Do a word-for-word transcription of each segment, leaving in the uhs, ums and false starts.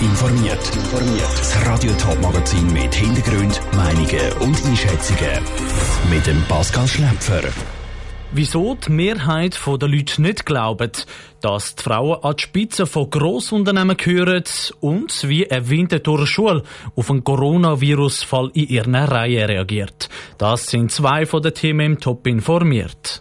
informiert. Das Radio Top Magazin mit Hintergrund, Meinungen und Einschätzungen mit dem Pascal Schläpfer. Wieso die Mehrheit der Leute nicht glaubt, dass die Frauen an die Spitze von Grossunternehmen gehören und wie eine Winterthurer Schule auf einen Coronavirus-Fall in ihren Reihen reagiert. Das sind zwei von den Themen im Top informiert.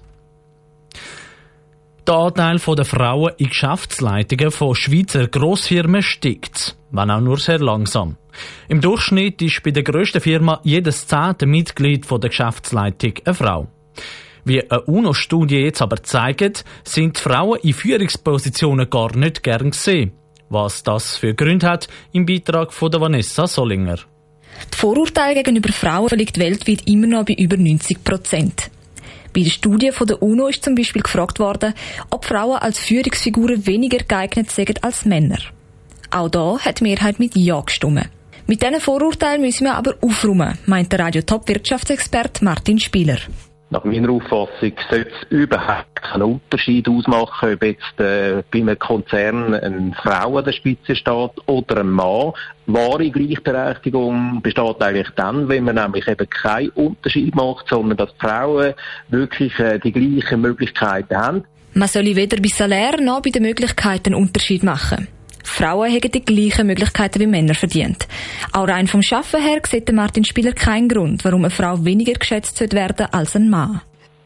Der Anteil der Frauen in Geschäftsleitungen von Schweizer Grossfirmen steigt, wenn auch nur sehr langsam. Im Durchschnitt ist bei der grössten Firma jedes zehnte Mitglied der Geschäftsleitung eine Frau. Wie eine UNO-Studie jetzt aber zeigt, sind Frauen in Führungspositionen gar nicht gern gesehen. Was das für Gründe hat, im Beitrag von Vanessa Solinger. Die Vorurteile gegenüber Frauen liegt weltweit immer noch bei über neunzig Prozent. Bei der Studie von der UNO ist zum Beispiel gefragt worden, ob Frauen als Führungsfiguren weniger geeignet sind als Männer. Auch da hat die Mehrheit mit Ja gestimmt. Mit diesen Vorurteilen müssen wir aber aufräumen, meint der Radio-Top-Wirtschaftsexperte Martin Spieler. Nach meiner Auffassung sollte es überhaupt keinen Unterschied ausmachen, ob jetzt äh, bei einem Konzern eine Frau an der Spitze steht oder ein Mann. Wahre Gleichberechtigung besteht eigentlich dann, wenn man nämlich eben keinen Unterschied macht, sondern dass die Frauen wirklich äh, die gleichen Möglichkeiten haben. Man solle weder bei Salär noch bei den Möglichkeiten einen Unterschied machen. Frauen haben die gleichen Möglichkeiten wie Männer verdient. Auch rein vom Arbeiten her sieht Martin Spieler keinen Grund, warum eine Frau weniger geschätzt werden sollte als ein Mann.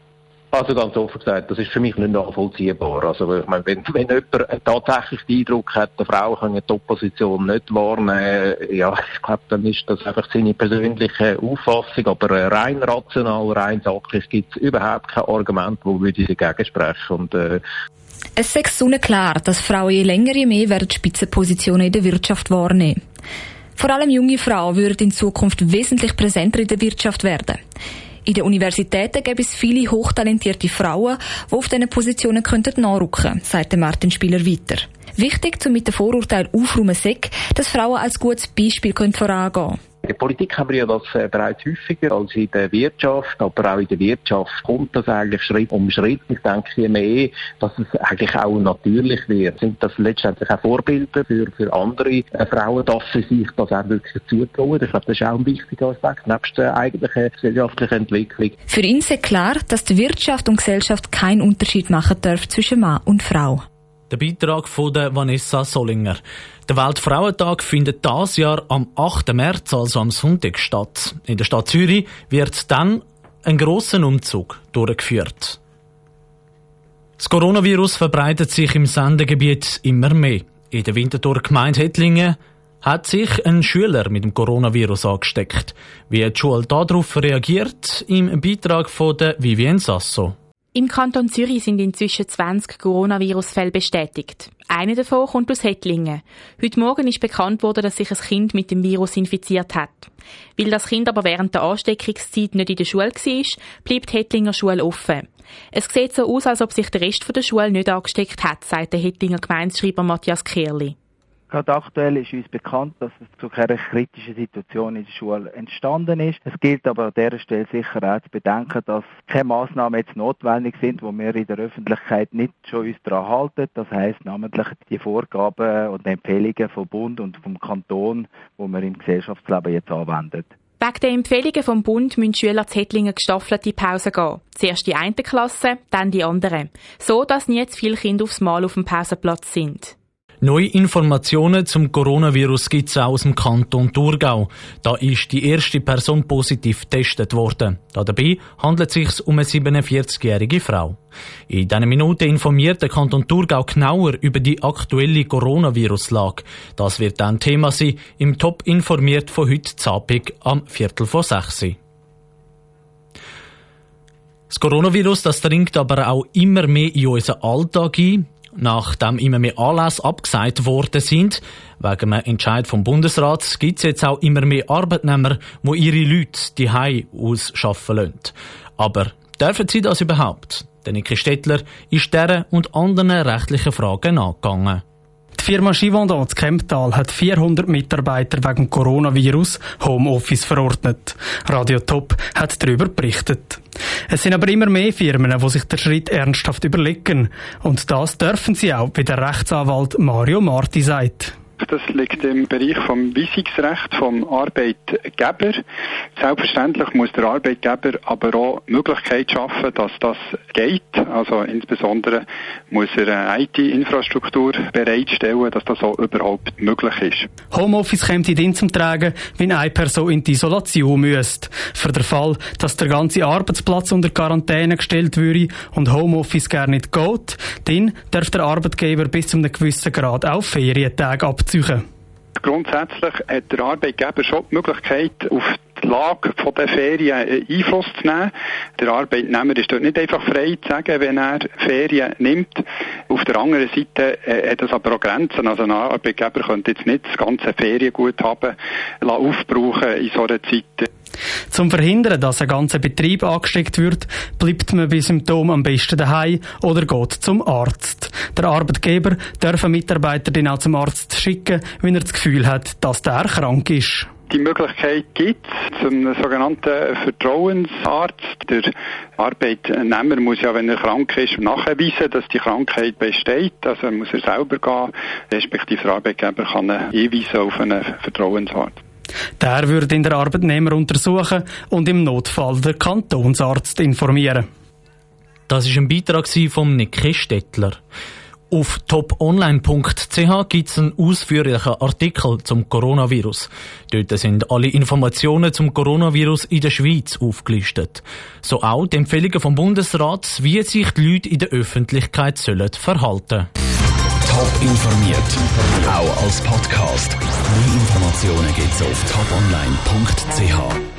Also ganz offen gesagt, das ist für mich nicht nachvollziehbar. Also ich meine, wenn, wenn jemand tatsächlich den Eindruck hat, eine Frau kann eine Top-Position nicht wahrnehmen, ja, ich glaube, dann ist das einfach seine persönliche Auffassung. Aber rein rational, rein sachlich gibt es überhaupt kein Argument, das würde dagegen sprechen. Und, äh, Es ist sonnenklar, dass Frauen je länger je mehr werden Spitzenpositionen in der Wirtschaft wahrnehmen. Vor allem junge Frauen würden in Zukunft wesentlich präsenter in der Wirtschaft werden. In den Universitäten gäbe es viele hochtalentierte Frauen, die auf diesen Positionen könnten nachrücken könnten, sagt Martin Spieler weiter. Wichtig, um mit den Vorurteilen aufzuräumen, ist, dass Frauen als gutes Beispiel vorangehen können. In der Politik haben wir ja das äh, bereits häufiger als in der Wirtschaft, aber auch in der Wirtschaft kommt das eigentlich Schritt um Schritt. Ich denke je mehr, dass es eigentlich auch natürlich wird. Sind das letztendlich auch Vorbilder für, für andere äh, Frauen, dass sie sich das auch wirklich zutrauen? Ich glaube, das ist auch ein wichtiger Aspekt, nebst der eigentlichen gesellschaftlichen Entwicklung. Für ihn ist klar, dass die Wirtschaft und Gesellschaft keinen Unterschied machen dürfen zwischen Mann und Frau. Der Beitrag von der Vanessa Solinger. Der Weltfrauentag findet dieses Jahr am achten März, also am Sonntag, statt. In der Stadt Zürich wird dann ein grosser Umzug durchgeführt. Das Coronavirus verbreitet sich im Sendegebiet immer mehr. In der Winterthur Gemeinde Hettlingen hat sich ein Schüler mit dem Coronavirus angesteckt. Wie die Schule darauf reagiert, im Beitrag von der Vivien Sasso. Im Kanton Zürich sind inzwischen zwanzig Coronavirus-Fälle bestätigt. Einer davon kommt aus Hettlingen. Heute Morgen ist bekannt worden, dass sich ein Kind mit dem Virus infiziert hat. Weil das Kind aber während der Ansteckungszeit nicht in der Schule war, bleibt die Hettlinger Schule offen. Es sieht so aus, als ob sich der Rest der Schule nicht angesteckt hat, sagt der Hettlinger Gemeindeschreiber Matthias Kehrli. Gerade aktuell ist uns bekannt, dass es zu keiner kritischen Situation in der Schule entstanden ist. Es gilt aber an dieser Stelle sicher auch zu bedenken, dass keine Massnahmen jetzt notwendig sind, wo wir in der Öffentlichkeit nicht schon uns daran halten. Das heisst namentlich die Vorgaben und Empfehlungen vom Bund und vom Kanton, die wir im Gesellschaftsleben jetzt anwenden. Wegen der Empfehlungen vom Bund müssen Schüler zu Hettlingen gestaffelt in die Pause gehen. Zuerst die eine Klasse, dann die andere. So, dass nie zu viele Kinder aufs Mal auf dem Pausenplatz sind. Neue Informationen zum Coronavirus gibt es auch aus dem Kanton Thurgau. Da ist die erste Person positiv getestet worden. Dabei handelt es sich um eine siebenundvierzigjährige Frau. In diesen Minuten informiert der Kanton Thurgau genauer über die aktuelle Coronavirus-Lage. Das wird dann Thema sein im Top informiert von heute Abend am Viertel vor sechs. Das Coronavirus, das dringt aber auch immer mehr in unseren Alltag ein. Nachdem immer mehr Anlässe abgesagt worden sind, wegen einem Entscheid vom Bundesrat, gibt es jetzt auch immer mehr Arbeitnehmer, die ihre Leute die Hause ausschaffen lassen. Aber dürfen sie das überhaupt? Der Niki Stettler ist dieser und anderen rechtlichen Fragen nachgegangen. Die Firma Givaudan Kemptal hat vierhundert Mitarbeiter wegen Coronavirus Homeoffice verordnet. Radio Top hat darüber berichtet. Es sind aber immer mehr Firmen, die sich den Schritt ernsthaft überlegen. Und das dürfen sie auch, wie der Rechtsanwalt Mario Marti sagt. Das liegt im Bereich vom Weisungsrecht vom Arbeitgeber. Selbstverständlich muss der Arbeitgeber aber auch die Möglichkeit schaffen, dass das geht. Also insbesondere muss er eine I T-Infrastruktur bereitstellen, dass das auch überhaupt möglich ist. Homeoffice kommt dann zum Tragen, wenn eine Person in die Isolation müsste. Für den Fall, dass der ganze Arbeitsplatz unter Quarantäne gestellt würde und Homeoffice gar nicht geht, dann darf der Arbeitgeber bis zu einem gewissen Grad auch Ferientage abziehen. Grundsätzlich hat der Arbeitgeber schon die Möglichkeit, auf die Lage der Ferien Einfluss zu nehmen. Der Arbeitnehmer ist dort nicht einfach frei zu sagen, wenn er Ferien nimmt. Auf der anderen Seite hat es aber auch Grenzen. Also ein Arbeitgeber könnte jetzt nicht das ganze Ferienguthaben aufbrauchen in so einer Zeit. Zum Verhindern, dass ein ganzer Betrieb angesteckt wird, bleibt man bei Symptomen am besten daheim oder geht zum Arzt. Der Arbeitgeber darf einen Mitarbeiter dann auch zum Arzt schicken, wenn er das Gefühl hat, dass der krank ist. Die Möglichkeit gibt es zum sogenannten Vertrauensarzt. Der Arbeitnehmer muss ja, wenn er krank ist, nachweisen, dass die Krankheit besteht. Also muss er selber gehen, respektive der Arbeitgeber kann ihn hinweisen auf einen Vertrauensarzt. Der würde den Arbeitnehmer untersuchen und im Notfall den Kantonsarzt informieren. Das war ein Beitrag von Nick Stettler. Auf top online punkt c h gibt es einen ausführlichen Artikel zum Coronavirus. Dort sind alle Informationen zum Coronavirus in der Schweiz aufgelistet. So auch die Empfehlungen vom Bundesrat, wie sich die Leute in der Öffentlichkeit sollen verhalten. Top informiert, auch als Podcast. Mehr Informationen gibt's auf top online punkt c h.